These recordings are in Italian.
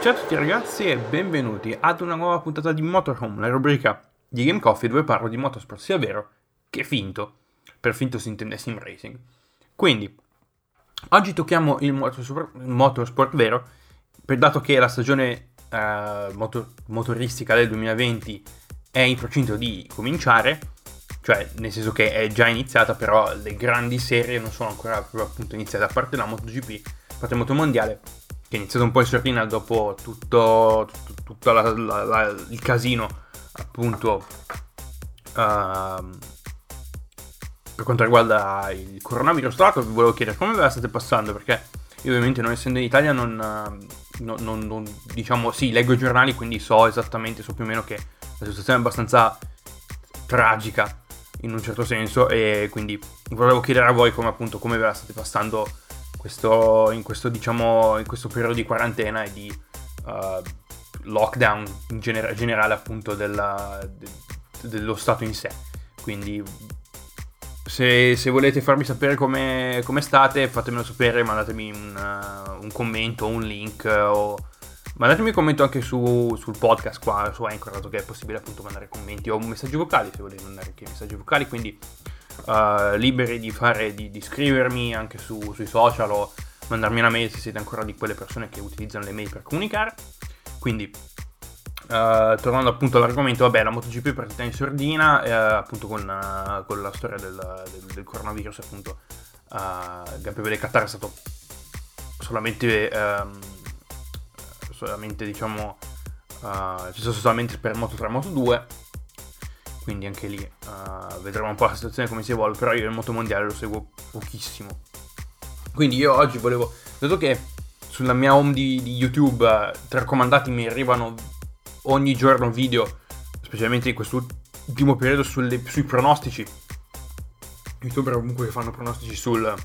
Ciao a tutti ragazzi e benvenuti ad una nuova puntata di Motorhome, la rubrica di Game Coffee dove parlo di motorsport sia vero che finto. Per finto si intende sim racing. Quindi, oggi tocchiamo il motorsport vero, dato che la stagione motoristica del 2020 è in procinto di cominciare, cioè nel senso che è già iniziata, però le grandi serie non sono ancora appunto iniziate, a parte la MotoGP, a parte il motomondiale, che è iniziato un po' in sordina dopo tutto il casino appunto per quanto riguarda il coronavirus. Tra l'altro vi volevo chiedere come ve la state passando, perché io ovviamente non essendo in Italia non diciamo, sì, leggo i giornali, quindi so più o meno che la situazione è abbastanza tragica in un certo senso, e quindi volevo chiedere a voi come ve la state passando in questo periodo di quarantena e di lockdown in generale appunto dello stato in sé. Quindi se volete farmi sapere come state, fatemelo sapere, mandatemi un commento, un link, o mandatemi un commento anche sul podcast qua su Anchor, dato che è possibile appunto mandare commenti o messaggi vocali, se volete mandare anche messaggi vocali, quindi liberi di scrivermi anche sui social o mandarmi una mail se siete ancora di quelle persone che utilizzano le mail per comunicare. Quindi tornando appunto all'argomento, la MotoGP è partita in sordina appunto con la storia del coronavirus, appunto il Gran Premio del Qatar è stato solamente diciamo ci sono solamente per Moto3 e Moto2, quindi anche lì vedremo un po' la situazione come si evolve, però io il motomondiale lo seguo pochissimo. Quindi io oggi dato che sulla mia home di YouTube tra raccomandati mi arrivano ogni giorno video, specialmente in questo ultimo periodo, sui pronostici, youtuber comunque che fanno pronostici sulla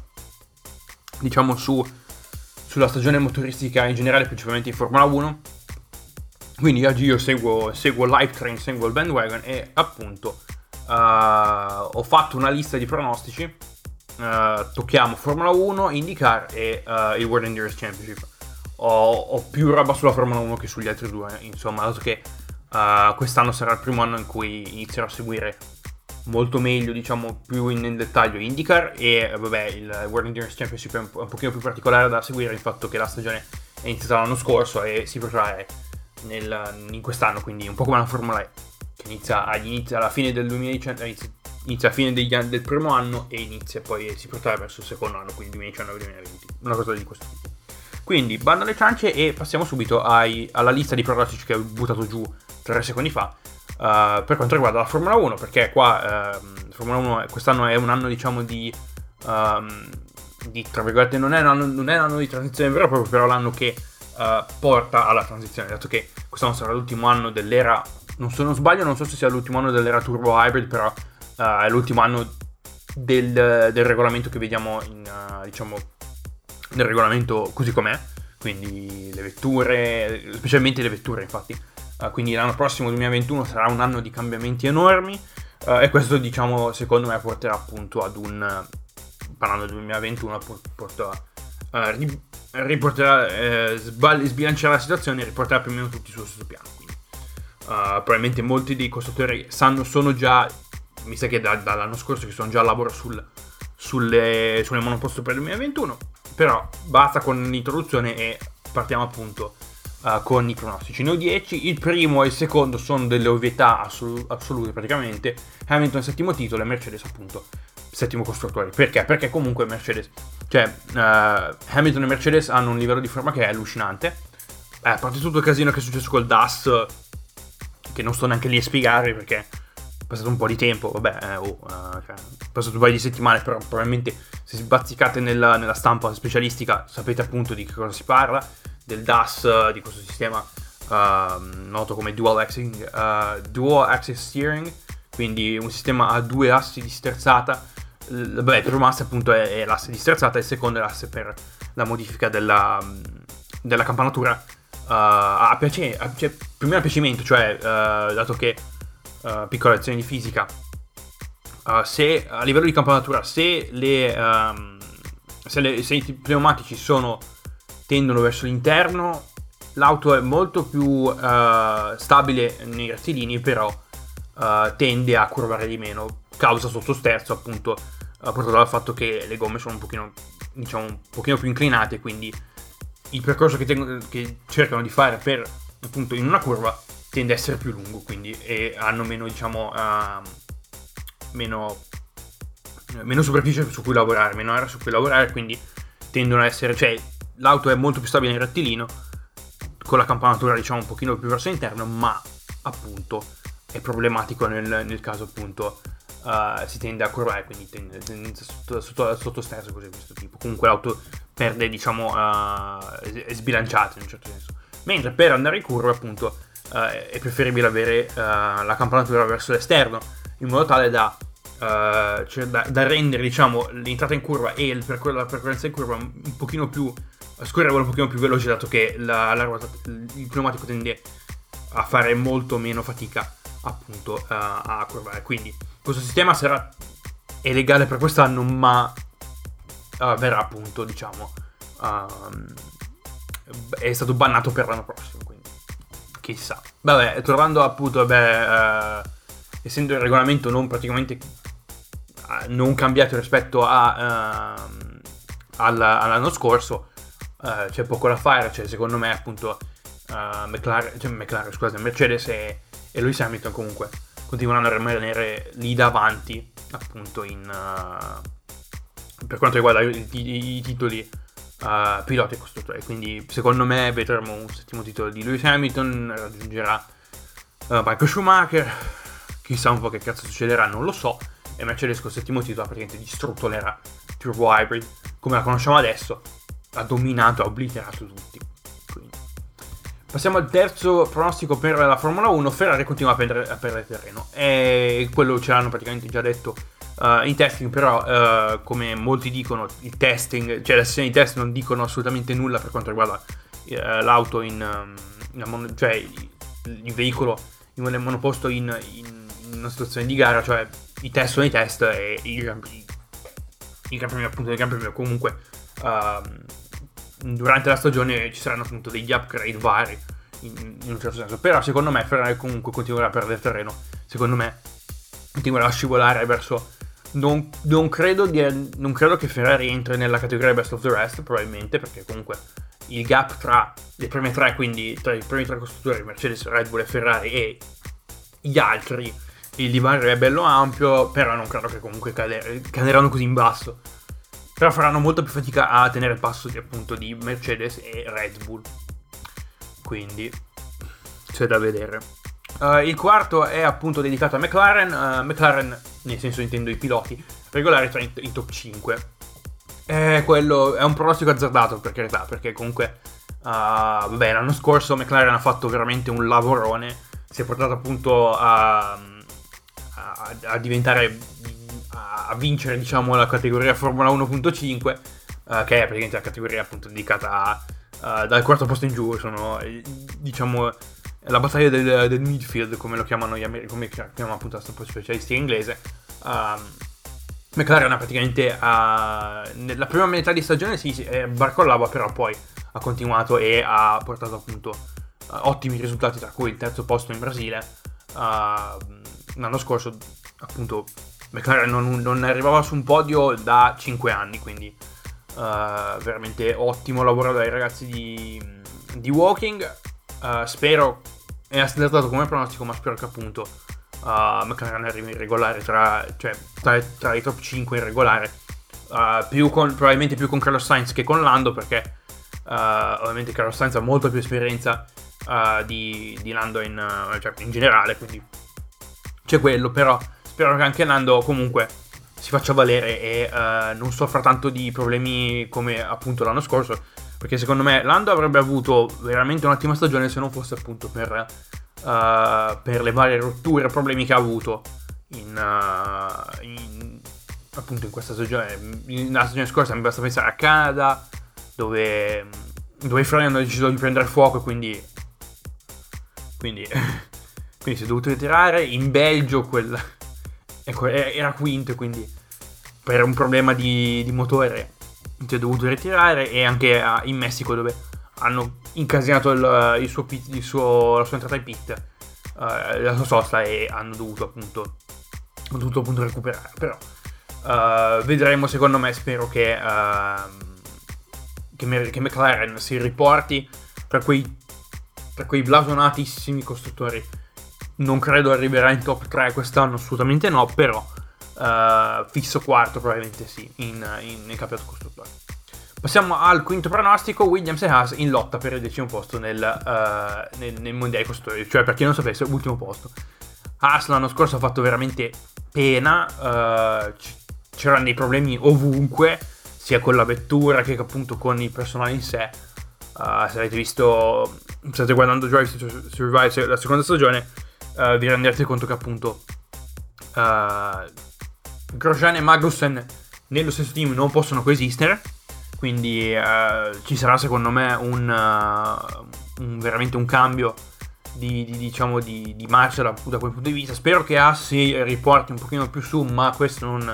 stagione motoristica in generale, principalmente in Formula 1. Quindi oggi io seguo Live Train, seguo il bandwagon, e appunto ho fatto una lista di pronostici. Tocchiamo Formula 1, IndyCar e il World Endurance Championship. Ho più roba sulla Formula 1 che sugli altri due, insomma, dato che quest'anno sarà il primo anno in cui inizierò a seguire molto meglio, diciamo, più nel dettaglio IndyCar, e il World Endurance Championship è un pochino più particolare da seguire, il fatto che la stagione è iniziata l'anno scorso e si protrae in quest'anno, quindi un po' come la Formula E, che inizia alla fine del 2019, inizia a fine del primo anno e inizia poi si protrae verso il secondo anno, quindi 2019-2020, una cosa di questo tipo. Quindi bando alle ciance e passiamo subito alla lista di pronostici che ho buttato giù 3 secondi fa per quanto riguarda la Formula 1, perché qua Formula 1 quest'anno è un anno, diciamo, di tra virgolette, non è un anno di transizione vero e proprio, però l'anno che porta alla transizione, dato che quest'anno sarà l'ultimo anno dell'era, non so se sia l'ultimo anno dell'era turbo hybrid, però è l'ultimo anno del regolamento che vediamo del regolamento così com'è, quindi le vetture, specialmente le vetture, infatti quindi l'anno prossimo 2021 sarà un anno di cambiamenti enormi, e questo, diciamo, secondo me porterà appunto parlando del 2021, sbilancerà la situazione e riporterà più o meno tutti sullo stesso piano. Quindi probabilmente molti dei costruttori sono già, mi sa che dall'anno scorso, che sono già al lavoro sulle monoposto per il 2021, però basta con l'introduzione e partiamo appunto con i pronostici. Noi 10, il primo e il secondo sono delle ovvietà assolute praticamente. Hamilton settimo titolo e Mercedes appunto settimo costruttore. Perché? Perché comunque Mercedes, Hamilton e Mercedes hanno un livello di forma che è allucinante. A parte tutto il casino che è successo col DAS, che non sto neanche lì a spiegare perché è passato un po' di tempo, è passato un paio di settimane, però probabilmente se si bazzicate nella stampa specialistica sapete appunto di che cosa si parla, del DAS, di questo sistema noto come Dual Axis Steering, quindi un sistema a due assi di sterzata. Il primo asse appunto è l'asse di sterzata, e il secondo è l'asse per la modifica della campanatura più o meno a piacimento, dato che piccola lezione di fisica, se a livello di campanatura, se i pneumatici tendono verso l'interno, l'auto è molto più stabile nei rettilini, però tende a curvare di meno, causa sottosterzo appunto, portato dal fatto che le gomme sono un pochino più inclinate, quindi il percorso che cercano di fare per appunto in una curva tende a essere più lungo, quindi, e hanno meno meno superficie su cui lavorare, meno area su cui lavorare, quindi tendono a essere, cioè l'auto è molto più stabile nel rettilino, con la campanatura un pochino più verso l'interno, ma appunto è problematico nel caso appunto si tende a curvare, quindi tende sotto sterzo, così di questo tipo. Comunque l'auto perde, è sbilanciata in un certo senso, mentre per andare in curva appunto è preferibile avere la campanatura verso l'esterno, in modo tale da rendere l'entrata in curva e la percorrenza in curva un pochino più scorrevole, un pochino più veloce, dato che il pneumatico tende a fare molto meno fatica appunto a curvare. Quindi questo sistema è legale per quest'anno, ma verrà appunto è stato bannato per l'anno prossimo, quindi chissà. Vabbè, tornando appunto, essendo il regolamento non cambiato rispetto all'anno scorso, c'è poco da fare. Cioè, secondo me appunto Mercedes e Lewis Hamilton comunque continueranno a rimanere lì davanti appunto per quanto riguarda i titoli piloti e costruttori. Quindi secondo me vedremo un settimo titolo di Lewis Hamilton, raggiungerà Michael Schumacher, chissà un po' che cazzo succederà, non lo so, e Mercedes col settimo titolo ha praticamente distrutto l'era Turbo Hybrid come la conosciamo adesso, ha dominato, ha obliterato tutti. Quindi passiamo al terzo pronostico per la Formula 1. Ferrari continua a perdere terreno, e quello ce l'hanno praticamente già detto in testing, però come molti dicono, la sessione di test non dicono assolutamente nulla per quanto riguarda l'auto cioè il veicolo in monoposto in una situazione di gara. Cioè i test sono i test, e il Gran Premio appunto del Gran Premio. Comunque durante la stagione ci saranno appunto degli upgrade vari in un certo senso, però secondo me Ferrari comunque continuerà a perdere terreno, secondo me continuerà a scivolare verso non credo che Ferrari entri nella categoria best of the rest, probabilmente, perché comunque il gap tra le prime tre, quindi tra i primi tre costruttori, Mercedes, Red Bull e Ferrari, e gli altri, il divario è bello ampio, però non credo che comunque caderanno così in basso. Però faranno molta più fatica a tenere il passo appunto di Mercedes e Red Bull, quindi c'è da vedere. Il quarto è appunto dedicato a McLaren, nel senso intendo i piloti regolari tra in top 5. Quello è un pronostico azzardato, per carità, perché comunque l'anno scorso McLaren ha fatto veramente un lavorone, si è portato appunto a diventare, a vincere la categoria Formula 1.5, che è praticamente la categoria appunto dedicata dal quarto posto in giù. Sono la battaglia del midfield, come lo chiamano come chiamano appunto la stampa specialistica inglese. McLaren praticamente nella prima metà di stagione barcollava, però poi ha continuato e ha portato appunto ottimi risultati, tra cui il terzo posto in Brasile. L'anno scorso appunto McLaren non arrivava su un podio da 5 anni, quindi veramente ottimo lavoro dai ragazzi di Woking. Spero, è stato come pronostico, ma spero che appunto McLaren arrivi in regolare tra i top 5 in regolare, probabilmente più con Carlos Sainz che con Lando, perché ovviamente Carlos Sainz ha molta più esperienza di Lando in generale, quindi c'è quello. Però spero che anche Lando comunque si faccia valere e non soffra tanto di problemi come appunto l'anno scorso, perché secondo me Lando avrebbe avuto veramente un'ottima stagione se non fosse appunto per le varie rotture e problemi che ha avuto appunto in questa stagione. Nella stagione scorsa mi basta pensare a Canada, dove i freni hanno deciso di prendere fuoco, quindi si è dovuto ritirare. In Belgio era quinto, quindi per un problema di motore si è dovuto ritirare, e anche in Messico, dove hanno incasinato la sua entrata in pit, la sua sosta, e hanno dovuto appunto recuperare. Però vedremo, secondo me. Spero che McLaren si riporti tra quei blasonatissimi costruttori. Non credo arriverà in top 3 quest'anno, assolutamente no, però fisso quarto probabilmente sì nel campionato costruttori. Passiamo al quinto pronostico: Williams e Haas in lotta per il 10° posto nel mondiale costruttori. Cioè, per chi non sapesse, ultimo posto. Haas l'anno scorso ha fatto veramente pena, c'erano dei problemi ovunque, sia con la vettura che appunto con il personale in sé. Se avete visto, state guardando Drive to Survive la seconda stagione, vi renderete conto che appunto Grosjean e Magnussen nello stesso team non possono coesistere. Quindi ci sarà, secondo me, veramente un cambio di marcia da quel punto di vista. Spero che Haas si riporti un pochino più su, ma questo non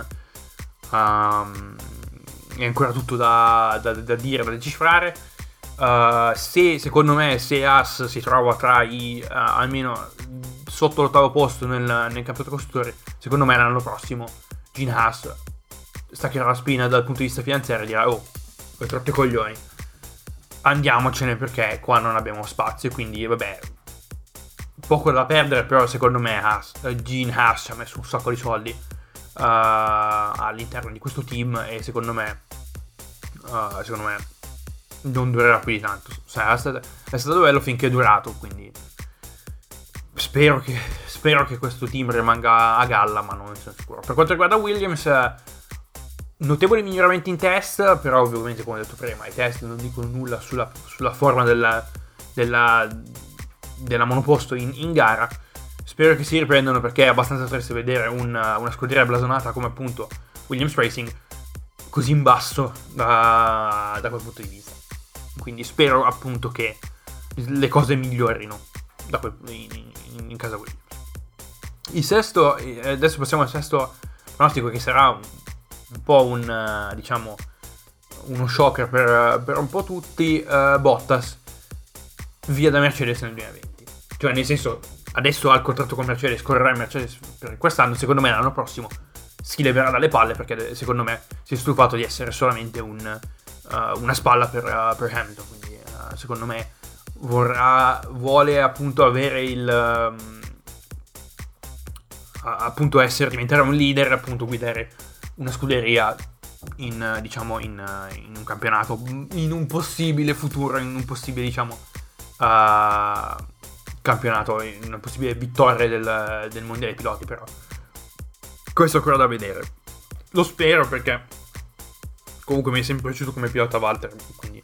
è ancora tutto da dire, da decifrare. Secondo me, se Haas si trova tra almeno sotto l'8° posto nel campionato costruttori, secondo me l'anno prossimo Gene Haas staccherà la spina dal punto di vista finanziario e dirà: oh, ho troppi coglioni, andiamocene, perché qua non abbiamo spazio. Quindi vabbè, poco da perdere, però secondo me Gene Haas ci ha messo un sacco di soldi all'interno di questo team, e secondo me non durerà più di tanto. È stato bello finché è durato, quindi spero che questo team rimanga a galla, ma non ne sono sicuro. Per quanto riguarda Williams, notevoli miglioramenti in test, però ovviamente, come ho detto prima, i test non dicono nulla sulla forma della monoposto in gara. Spero che si riprendano, perché è abbastanza triste vedere una scuderia blasonata come appunto Williams Racing così in basso da quel punto di vista. Quindi spero appunto che le cose migliorino in casa Williams. Il sesto, adesso passiamo al sesto pronostico, che sarà un po' uno shocker per un po' tutti. Bottas via da Mercedes nel 2020. Cioè, nel senso, adesso ha il contratto con Mercedes, correrà in Mercedes per quest'anno. Secondo me l'anno prossimo si leverà dalle palle, perché secondo me si è stufato di essere solamente una spalla per Hamilton. Quindi secondo me vuole appunto avere diventare un leader, appunto guidare una scuderia in un campionato, in un possibile futuro, in un possibile campionato, in una possibile vittoria del mondiale piloti. Però questo è ancora da vedere. Lo spero, perché comunque mi è sempre piaciuto come pilota Valtteri, quindi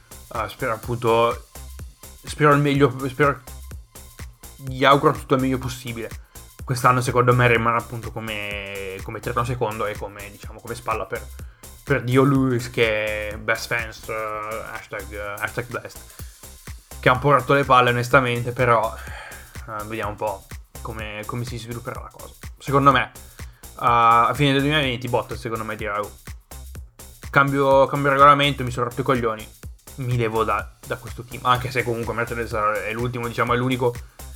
spero il meglio, gli auguro tutto il meglio possibile. Quest'anno secondo me rimarrà appunto come terzo secondo e come spalla per Dio Lewis, che è best fans, hashtag blessed, che ha un po' rotto le palle onestamente. Però vediamo un po' come si svilupperà la cosa. Secondo me a fine del 2020 Bottas, secondo me, dirà: oh, cambio regolamento, mi sono rotto i coglioni, mi levo da questo team. Anche se comunque Mercedes è l'ultimo, è l'unico.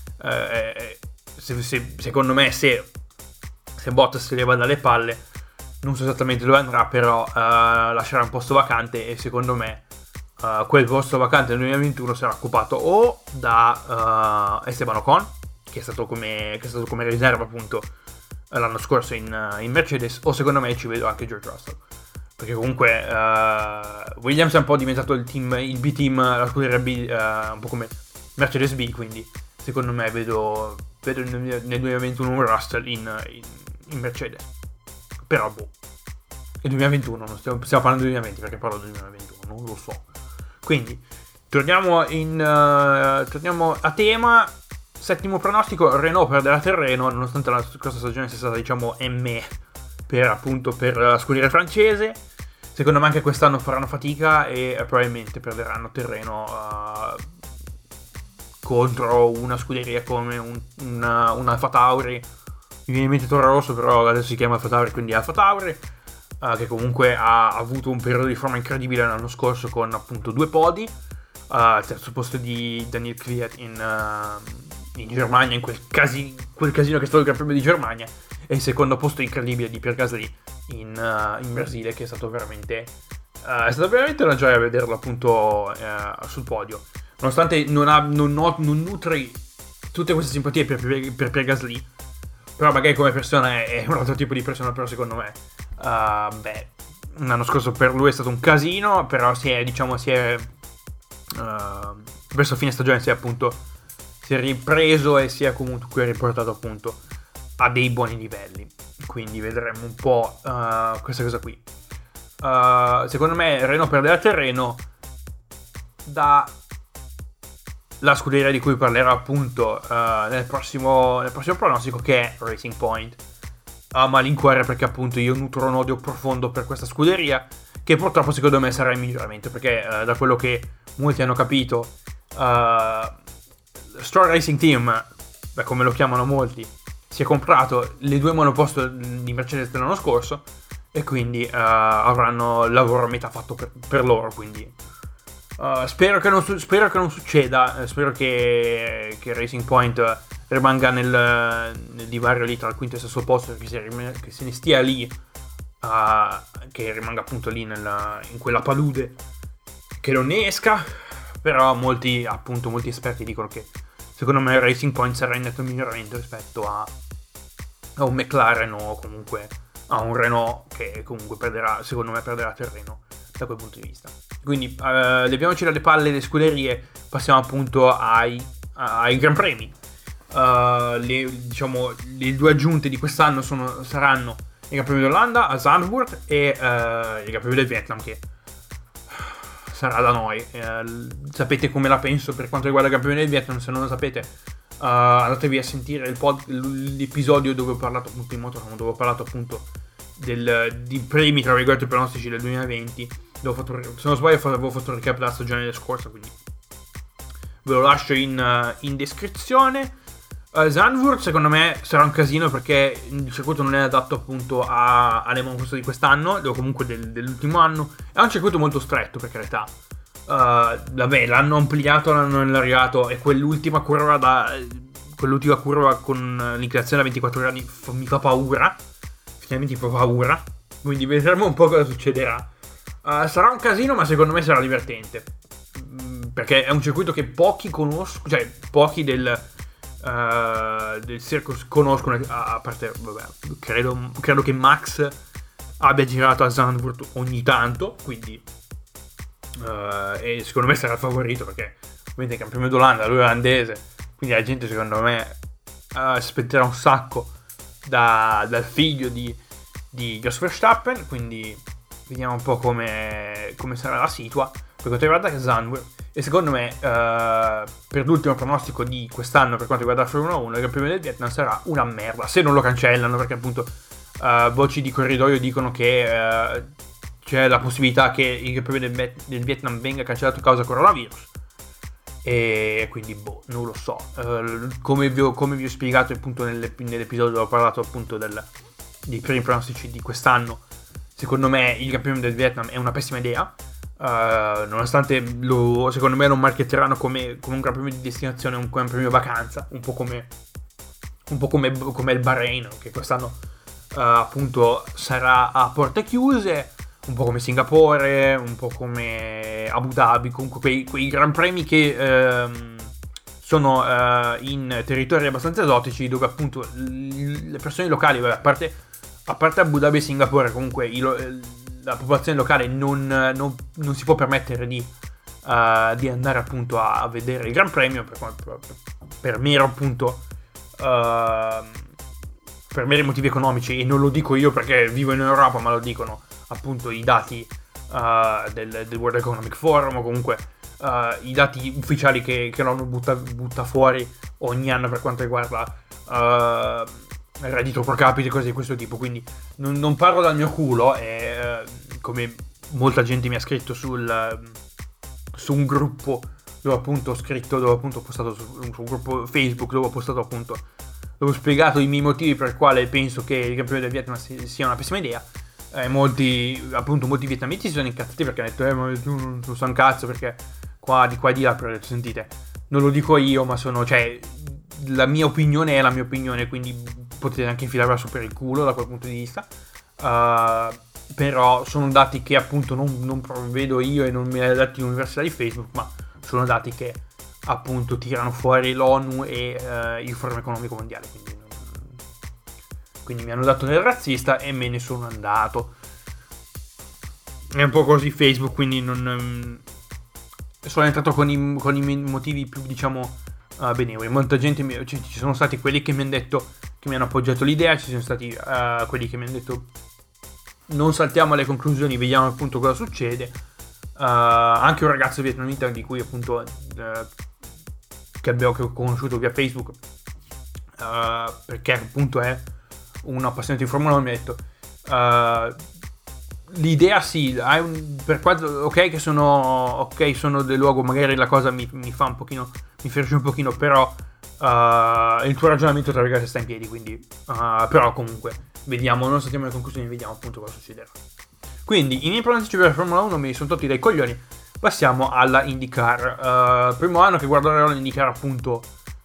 Secondo me, se Bottas si leva dalle palle, non so esattamente dove andrà, però lascerà un posto vacante, e secondo me quel posto vacante nel 2021 sarà occupato o da Esteban Ocon, che è stato come riserva appunto l'anno scorso in Mercedes, o secondo me ci vedo anche George Russell, perché comunque Williams è un po' diventato il B team, la scuderia B, un po' come Mercedes B, quindi secondo me vedo nel 2021 un Russell in Mercedes. Però il 2021, non stiamo parlando del 2020, perché parlo del 2021, non lo so. Quindi torniamo a tema. Settimo pronostico: Renault perderà terreno, nonostante la scorsa stagione sia stata per la scuderia francese. Secondo me anche quest'anno faranno fatica e probabilmente perderanno terreno contro una scuderia come un Alfa Tauri. Mi viene in mente Toro Rosso, però adesso si chiama Alfa Tauri, quindi Alfa Tauri, che comunque ha avuto un periodo di forma incredibile l'anno scorso, con appunto 2 podi. terzo posto di Daniel Kvyat in Germania, in quel casino che è stato il Gran Premio di Germania, e il secondo posto incredibile di Pierre Gasly in Brasile, che è stato veramente una gioia vederlo appunto sul podio, nonostante non nutri tutte queste simpatie per Pierre Gasly, però magari come persona è un altro tipo di persona. Però secondo me l'anno scorso per lui è stato un casino, però verso fine stagione si è ripreso e si è comunque riportato appunto a dei buoni livelli, quindi vedremo un po' questa cosa qui. Secondo me Renault perderà terreno da la scuderia di cui parlerò appunto nel prossimo pronostico, che è Racing Point, a malincuore, perché appunto io nutro un odio profondo per questa scuderia, che purtroppo secondo me sarà in miglioramento, perché da quello che molti hanno capito, Stroll Racing Team, come lo chiamano molti, si è comprato le 2 monoposto di Mercedes dell'anno scorso, e quindi avranno il lavoro a metà fatto per loro, quindi spero che non succeda. Spero che Racing Point rimanga nel divario lì tra il quinto e il sesto posto, che se ne stia lì, che rimanga appunto lì in quella palude, che non ne esca. Però molti esperti dicono che secondo me Racing Point sarà in netto miglioramento rispetto a un McLaren, o comunque a un Renault, che comunque secondo me perderà terreno da quel punto di vista. Quindi leviamoci dalle palle le scuderie, passiamo appunto ai Gran Premi. Le 2 aggiunte di quest'anno saranno il Gran Premio d'Olanda a Zandvoort e il Gran Premio del Vietnam, che sarà da noi. Sapete come la penso per quanto riguarda il Gran Premio del Vietnam. Se non lo sapete, andatevi a sentire l'episodio dove ho parlato appunto in motorhome, dove ho parlato appunto di primi tra virgolette pronostici del 2020, dove se non sbaglio avevo fatto un recap della stagione scorsa, quindi ve lo lascio in descrizione. Zandvoort secondo me sarà un casino, perché il circuito non è adatto appunto alle monoposto di quest'anno, o comunque dell'ultimo anno. È un circuito molto stretto, per carità. L'hanno ampliato, l'hanno allargato, e quell'ultima curva con l'inclinazione da 24 gradi mi fa paura. Finalmente mi fa paura. Quindi vedremo un po' cosa succederà. Sarà un casino, ma secondo me sarà divertente, perché è un circuito che pochi conoscono, cioè pochi del circus conoscono, a parte credo che Max abbia girato a Zandvoort ogni tanto, quindi e secondo me sarà il favorito, perché ovviamente il Gran Premio d'Olanda, lui è olandese, quindi la gente secondo me aspetterà un sacco dal figlio di Jos Verstappen, quindi vediamo un po' come sarà la situa per quanto riguarda Zandvoort. E secondo me per l'ultimo pronostico di quest'anno per quanto riguarda la Formula 1, il Gran Premio del Vietnam sarà una merda, se non lo cancellano, perché appunto voci di corridoio dicono che c'è la possibilità che il Gran Premio del Vietnam venga cancellato a causa coronavirus, e quindi non lo so. Come vi ho spiegato appunto nell'episodio dove ho parlato appunto dei primi pronostici di quest'anno, secondo me il Gran Premio del Vietnam è una pessima idea. Nonostante secondo me lo marchetteranno come un Gran Premio di destinazione, un Gran Premio vacanza, un po' come il Bahrain, che quest'anno appunto sarà a porte chiuse, un po' come Singapore, un po' come Abu Dhabi, comunque quei Gran Premi che sono in territori abbastanza esotici, dove appunto le persone locali, a parte Abu Dhabi e Singapore, comunque la popolazione locale non si può permettere di andare appunto a vedere il Gran Premio per mero appunto per meri motivi economici. E non lo dico io perché vivo in Europa, ma lo dicono appunto i dati del World Economic Forum, o comunque i dati ufficiali che l'ONU butta fuori ogni anno per quanto riguarda il reddito pro capite, cose di questo tipo. Quindi non parlo dal mio culo, e come molta gente mi ha scritto su un gruppo dove appunto ho postato su un postato su Facebook, dove ho postato appunto, dove ho spiegato i miei motivi per il quale penso che il Gran Premio del Vietnam sia una pessima idea. Molti vietnamiti si sono incazzati perché hanno detto ma tu non so un cazzo, perché di qua e di là, però ho detto, sentite, non lo dico io, ma la mia opinione è la mia opinione, quindi potete anche infilarla su per il culo da quel punto di vista. Però sono dati che appunto non vedo io e non me li ha dati l'università di Facebook, ma sono dati che appunto tirano fuori l'ONU e il Forum Economico Mondiale, quindi mi hanno dato del razzista e me ne sono andato. È un po' così Facebook, quindi non sono entrato con i motivi più, diciamo, benevoli. Molta gente ci sono stati quelli che mi hanno detto, che mi hanno appoggiato l'idea, ci sono stati quelli che mi hanno detto non saltiamo alle conclusioni, vediamo appunto cosa succede. Anche un ragazzo vietnamita di cui appunto che ho conosciuto via Facebook, perché appunto è un appassionato di Formula 1, mi ha detto l'idea sì, per quanto ok sono del luogo, magari la cosa mi fa un pochino, mi ferisce un pochino, però il tuo ragionamento tra virgolette sta in piedi, quindi però comunque vediamo, non saltiamo le conclusioni, vediamo appunto cosa succederà. Quindi i miei pronostici per Formula 1 mi sono tolti dai coglioni. Passiamo alla IndyCar. Primo anno che guarderò l'IndyCar appunto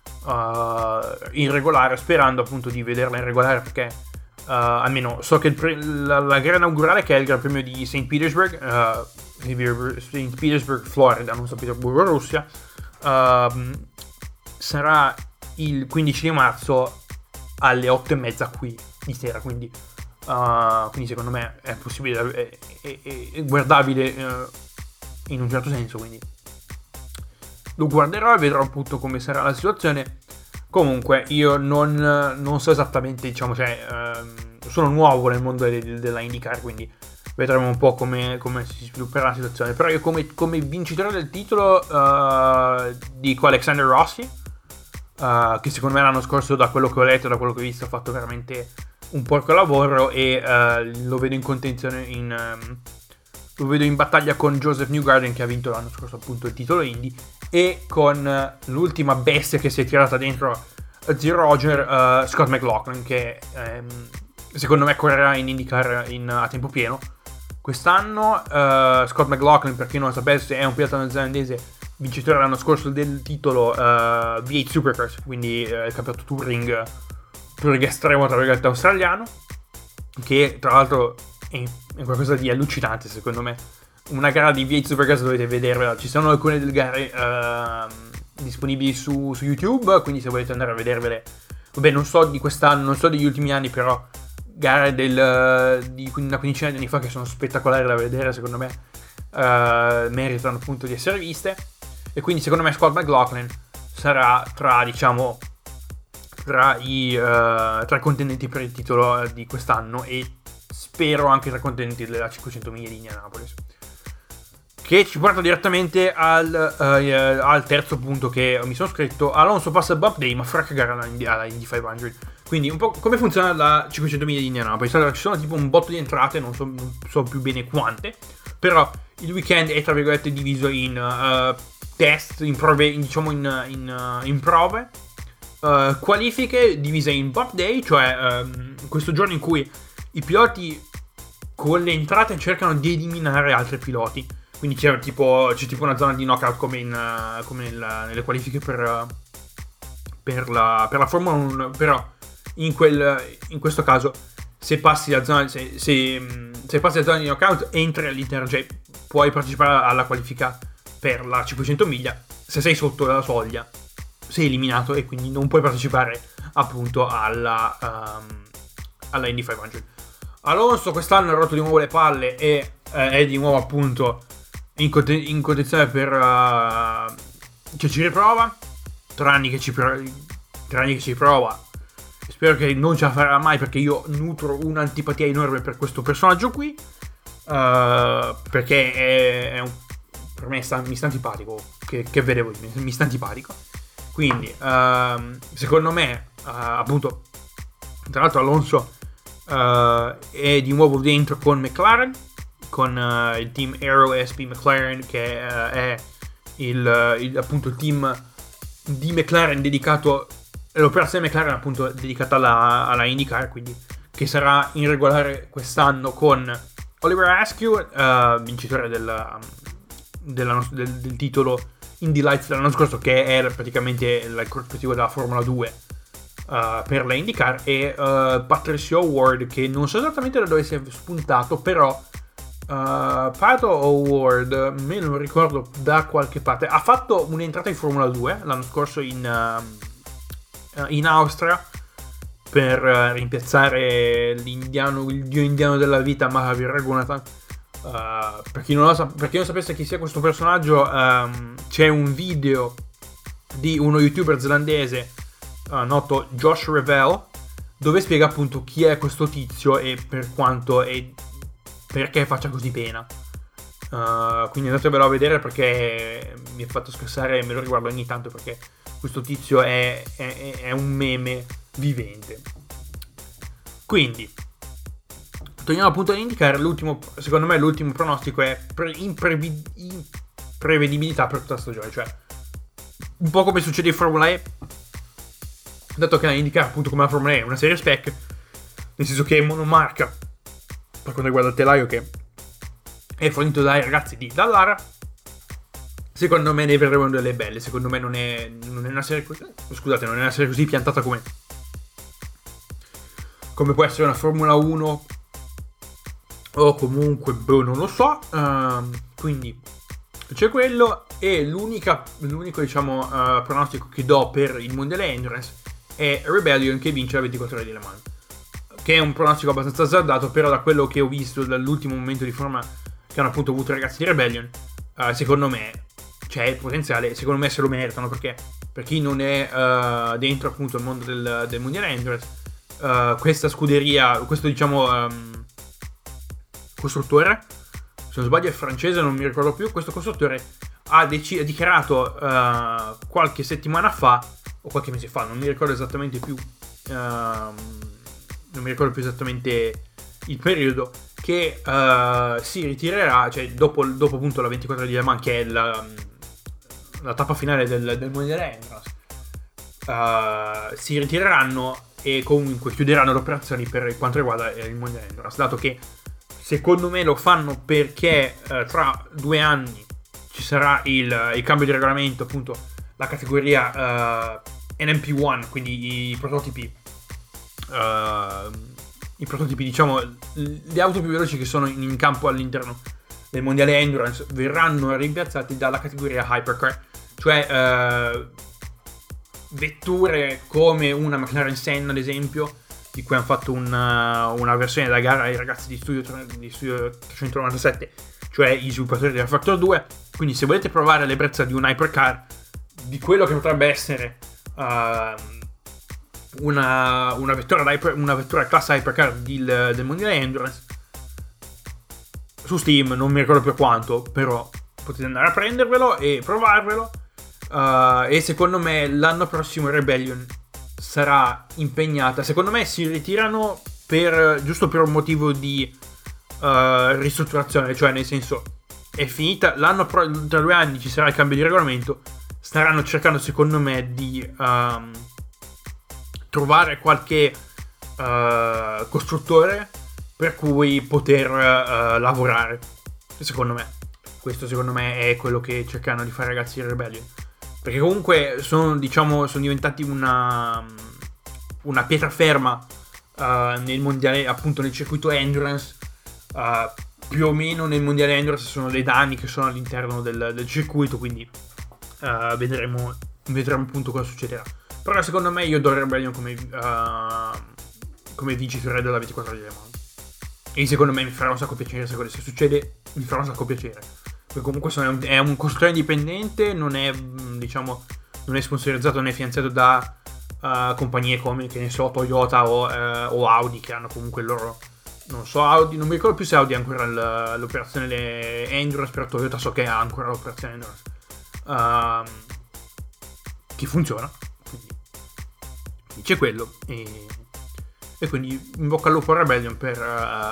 in regolare, sperando appunto di vederla in regolare, perché almeno so che la gara inaugurale, che è il Gran Premio di St. Petersburg, Florida, non San Pietroburgo, Russia, sarà il 15 di marzo alle 8:30 qui di sera, quindi secondo me è possibile, è guardabile in un certo senso, quindi lo guarderò e vedrò appunto come sarà la situazione. Comunque io non so esattamente, diciamo, sono nuovo nel mondo della IndyCar, quindi vedremo un po' come si svilupperà la situazione. Però io come vincitore del titolo dico Alexander Rossi, che secondo me l'anno scorso, da quello che ho letto, da quello che ho visto, ha fatto veramente un porco lavoro, e lo vedo in contenzione, lo vedo in battaglia con Joseph Newgarden, che ha vinto l'anno scorso appunto il titolo Indy, e con l'ultima bestia che si è tirata dentro Zero Roger, Scott McLaughlin, che secondo me correrà in IndyCar a tempo pieno quest'anno. Scott McLaughlin, per chi non lo sapesse, è un pilota neozelandese, vincitore l'anno scorso del titolo V8 Supercars, quindi il campionato touring estremo tra virgolette australiano, che tra l'altro è qualcosa di allucinante secondo me. Una gara di V8 Supercars dovete vederla, ci sono alcune delle gare disponibili su YouTube, quindi se volete andare a vedervele, vabbè, non so di quest'anno, non so degli ultimi anni, però gare di una quindicina di anni fa che sono spettacolari da vedere, secondo me meritano appunto di essere viste. E quindi secondo me Scott McLaughlin sarà tra i contendenti per il titolo di quest'anno, e spero anche tra i contendenti della 500 miglia di Indianapolis, che ci porta direttamente al terzo punto che mi sono scritto: Alonso passa il bump day ma farà cagare alla Indy 500. Quindi un po' come funziona la 500 miglia di Indianapolis. Allora, ci sono tipo un botto di entrate, non so più bene quante, però il weekend è tra virgolette diviso in test, in prove, in prove, qualifiche divise in bump day, cioè questo giorno in cui i piloti con le entrate cercano di eliminare altri piloti. Quindi c'è tipo una zona di knockout come nelle qualifiche per la Formula 1, però in questo caso se passi la zona se passi la zona di knockout entri all'interno, cioè puoi partecipare alla qualifica per la 500 miglia. Se sei sotto la soglia sei eliminato e quindi non puoi partecipare appunto alla Indy 500. Alonso quest'anno ha rotto di nuovo le palle e è di nuovo appunto in condizione per che ci riprova. 3 anni che ci prova. Spero che non ce la farà mai, perché io nutro un'antipatia enorme per questo personaggio qui, perché per me mi sta antipatico, che vedevo, mi sta antipatico. Quindi secondo me appunto, tra l'altro Alonso è di nuovo dentro con McLaren, con il team Aero SP McLaren, che è appunto il team di McLaren dedicato, l'operazione McLaren appunto dedicata alla IndyCar, quindi che sarà in regolare quest'anno con Oliver Askew, vincitore del titolo Indy Lights dell'anno scorso, che era praticamente il corrispettivo della Formula 2 per la IndyCar, e Patricio O'Ward, che non so esattamente da dove si è spuntato, però Pato O'Ward, me lo ricordo da qualche parte, ha fatto un'entrata in Formula 2 l'anno scorso in Austria per rimpiazzare il dio indiano della vita Mahavir Raghunathan. Per chi non sapesse chi sia questo personaggio, c'è un video di uno youtuber zelandese noto, Josh Revell, dove spiega appunto chi è questo tizio e per quanto e perché faccia così pena. Quindi andatevelo a vedere, perché mi ha fatto scassare e me lo riguardo ogni tanto, perché questo tizio è un meme vivente. Quindi torniamo appunto ad indicare secondo me l'ultimo pronostico è imprevedibilità per tutta la stagione, cioè un po' come succede in Formula E, dato che la IndyCar appunto come la Formula E è una serie spec, nel senso che è monomarca per quanto riguarda il telaio, che è fornito dai ragazzi di Dallara. Secondo me ne vedremo delle belle. Secondo me non è una serie così, scusate, non è una serie così piantata come può essere una Formula 1 o comunque non lo so. Quindi c'è quello, e l'unico diciamo pronostico che do per il mondiale Endurance è Rebellion che vince la 24 ore di Le Mans, che è un pronostico abbastanza azzardato, però da quello che ho visto dall'ultimo momento di forma che hanno appunto avuto i ragazzi di Rebellion, secondo me c'è il potenziale, secondo me se lo meritano, perché per chi non è dentro appunto il mondo del mondiale Endurance, questa scuderia, questo diciamo costruttore, se non sbaglio è francese, non mi ricordo più, questo costruttore ha dichiarato qualche settimana fa o qualche mese fa, non mi ricordo esattamente più, esattamente il periodo, che si ritirerà, cioè dopo appunto la 24 di Le Mans, che è la tappa finale del mondiale Endurance, si ritireranno e comunque chiuderanno le operazioni per quanto riguarda il mondiale Endurance, dato che secondo me lo fanno perché tra 2 anni ci sarà il cambio di regolamento, appunto la categoria NMP1, quindi i prototipi diciamo le auto più veloci che sono in campo all'interno del mondiale Endurance verranno rimpiazzati dalla categoria Hypercar, cioè vetture come una McLaren Senna ad esempio, di cui hanno fatto una versione da gara ai ragazzi di Studio 397, cioè i sviluppatori della Factor 2. Quindi se volete provare l'ebbrezza di un hypercar, di quello che potrebbe essere una vettura classe hypercar del mondiale Endurance, su Steam non mi ricordo più quanto, però potete andare a prendervelo e provarvelo, e secondo me l'anno prossimo Rebellion sarà impegnata, secondo me si ritirano giusto per un motivo di ristrutturazione, cioè nel senso è finita l'anno, tra 2 anni ci sarà il cambio di regolamento, staranno cercando secondo me di trovare qualche costruttore per cui poter lavorare, secondo me. Questo secondo me è quello che cercano di fare i ragazzi di Rebellion, perché comunque sono diventati una pietra ferma nel mondiale, appunto nel circuito Endurance, più o meno nel mondiale Endurance sono dei danni che sono all'interno del circuito, quindi vedremo appunto cosa succederà. Però secondo me io do Rebellion come vincitore della 24 di Le Mans, e secondo me mi farà un sacco piacere se succede, mi farà un sacco piacere, perché comunque è un costruttore indipendente, non è sponsorizzato, non è finanziato da compagnie come, che ne so, Toyota o Audi, che hanno comunque il loro, non so, Audi, non mi ricordo più se Audi ha ancora l'operazione Endurance, però Toyota so che ha ancora l'operazione Endurance che funziona, quindi c'è quello, e quindi in bocca al lupo a Rebellion per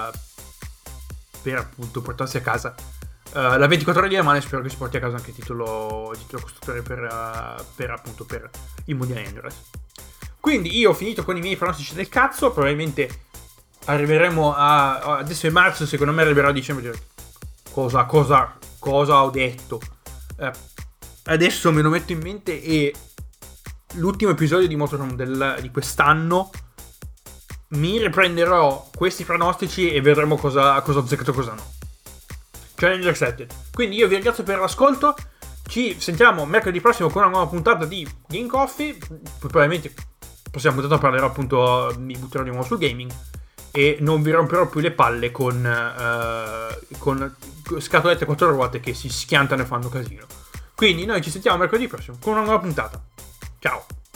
appunto portarsi a casa la 24 ore di Le Mans, e spero che si porti a casa anche il titolo costruttore per appunto per il mondiale Endurance. Quindi io ho finito con i miei pronostici del cazzo, probabilmente arriveremo adesso è marzo, secondo me arriverà a dicembre, cosa cosa ho detto. Adesso me lo metto in mente e l'ultimo episodio di Motorhome di quest'anno mi riprenderò questi pronostici e vedremo cosa ho azzeccato e cosa no. Challenge accepted. Quindi io vi ringrazio per l'ascolto. Ci sentiamo mercoledì prossimo con una nuova puntata di Game Coffee. Probabilmente prossima puntata parlerò appunto, mi butterò di nuovo sul gaming e non vi romperò più le palle con scatolette 4 ruote che si schiantano e fanno casino. Quindi noi ci sentiamo mercoledì prossimo con una nuova puntata. Ciao.